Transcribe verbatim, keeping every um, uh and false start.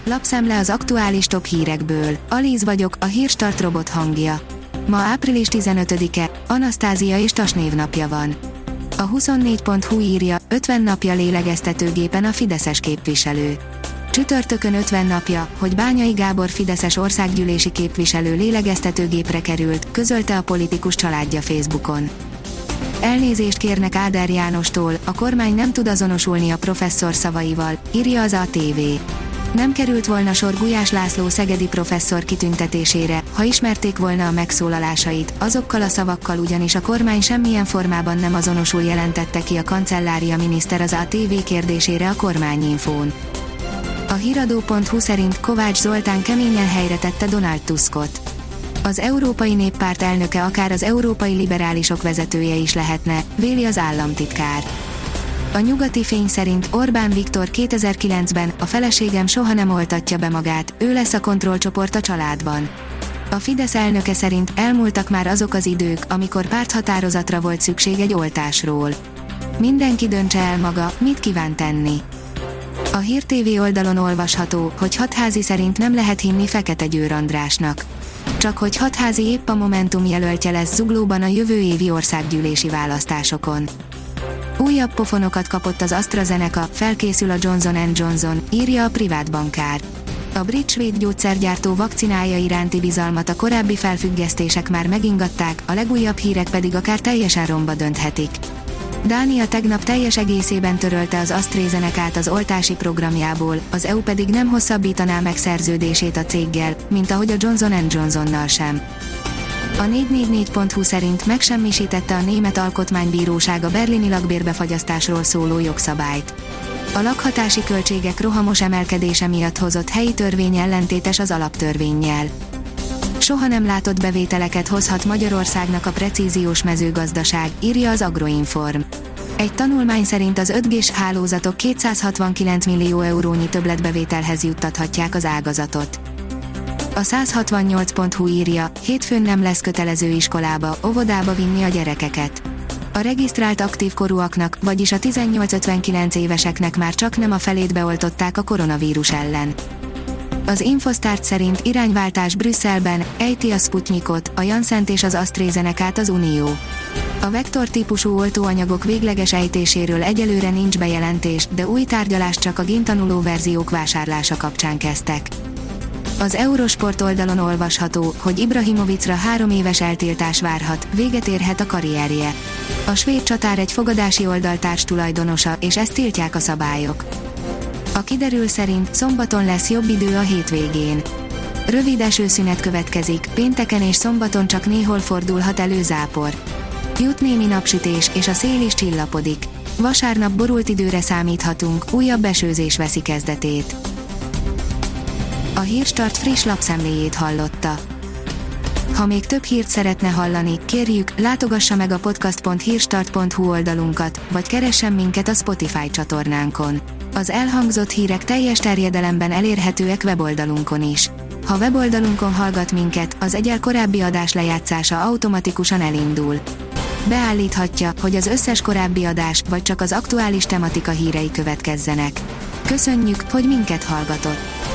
Lapszemle az aktuális top hírekből. Alíz vagyok, a Hírstart robot hangja. Ma április tizenötödike, Anasztázia és Tas névnapja van. A huszonnégy pont hu írja, ötven napja lélegeztetőgépen a fideszes képviselő. Csütörtökön ötven napja, hogy Bányai Gábor fideszes országgyűlési képviselő lélegeztetőgépre került, közölte a politikus családja Facebookon. Elnézést kérnek Áder Jánostól, a kormány nem tud azonosulni a professzor szavaival, írja az á té vé. Nem került volna sor Gulyás László szegedi professzor kitüntetésére, ha ismerték volna a megszólalásait, azokkal a szavakkal ugyanis a kormány semmilyen formában nem azonosul, jelentette ki a kancellária miniszter az á té vé kérdésére a Kormányinfón. A hiradó pont hu szerint Kovács Zoltán keményen helyre tette Donald Tuskot. Az Európai Néppárt elnöke akár az európai liberálisok vezetője is lehetne, véli az államtitkár. A Nyugati Fény szerint Orbán Viktor kétezer-kilencben, a feleségem soha nem oltatja be magát, ő lesz a kontrollcsoport a családban. A Fidesz elnöke szerint elmúltak már azok az idők, amikor párthatározatra volt szükség egy oltásról. Mindenki döntse el maga, mit kíván tenni. A Hír té vé oldalon olvasható, hogy Hatházi szerint nem lehet hinni Fekete Győr Andrásnak. Csak hogy Hatházi épp a Momentum jelöltje lesz Zuglóban a jövő évi országgyűlési választásokon. Újabb pofonokat kapott az AstraZeneca, felkészül a Johnson and Johnson, írja a privát bankár. A brit-svéd gyógyszergyártó vakcinája iránti bizalmat a korábbi felfüggesztések már megingatták, a legújabb hírek pedig akár teljesen romba dönthetik. Dánia tegnap teljes egészében törölte az AstraZenecát az oltási programjából, az é u pedig nem hosszabbítaná meg szerződését a céggel, mint ahogy a Johnson and Johnsonnal sem. A négy négy négy pont hu szerint megsemmisítette a Német Alkotmánybíróság a berlini lakbérbefagyasztásról szóló jogszabályt. A lakhatási költségek rohamos emelkedése miatt hozott helyi törvény ellentétes az alaptörvénnyel. Soha nem látott bevételeket hozhat Magyarországnak a precíziós mezőgazdaság, írja az Agroinform. Egy tanulmány szerint az öt gés hálózatok kétszázhatvankilenc millió eurónyi többletbevételhez juttathatják az ágazatot. A száz hatvannyolc pont hu írja, hétfőn nem lesz kötelező iskolába, óvodába vinni a gyerekeket. A regisztrált aktív korúaknak, vagyis a tizennyolc-ötvenkilenc éveseknek már csak nem a felét beoltották a koronavírus ellen. Az Infosztárt szerint irányváltás Brüsszelben, ejti a Sputnikot, a Janssent és az AstraZenecát az Unió. A vektor típusú oltóanyagok végleges ejtéséről egyelőre nincs bejelentés, de új tárgyalást csak a gintanuló verziók vásárlása kapcsán kezdtek. Az Eurosport oldalon olvasható, hogy Ibrahimovicra három éves eltiltás várhat, véget érhet a karrierje. A svéd csatár egy fogadási oldaltárs tulajdonosa, és ezt tiltják a szabályok. A kiderül szerint szombaton lesz jobb idő a hétvégén. Rövid esőszünet következik, pénteken és szombaton csak néhol fordulhat elő zápor. Jut némi napsütés, és a szél is csillapodik. Vasárnap borult időre számíthatunk, újabb esőzés veszi kezdetét. A Hírstart friss lapszemléjét hallotta. Ha még több hírt szeretne hallani, kérjük, látogassa meg a podcast pont hírstart pont hu oldalunkat, vagy keressen minket a Spotify csatornánkon. Az elhangzott hírek teljes terjedelemben elérhetőek weboldalunkon is. Ha weboldalunkon hallgat minket, az egyel korábbi adás lejátszása automatikusan elindul. Beállíthatja, hogy az összes korábbi adás, vagy csak az aktuális tematika hírei következzenek. Köszönjük, hogy minket hallgatott!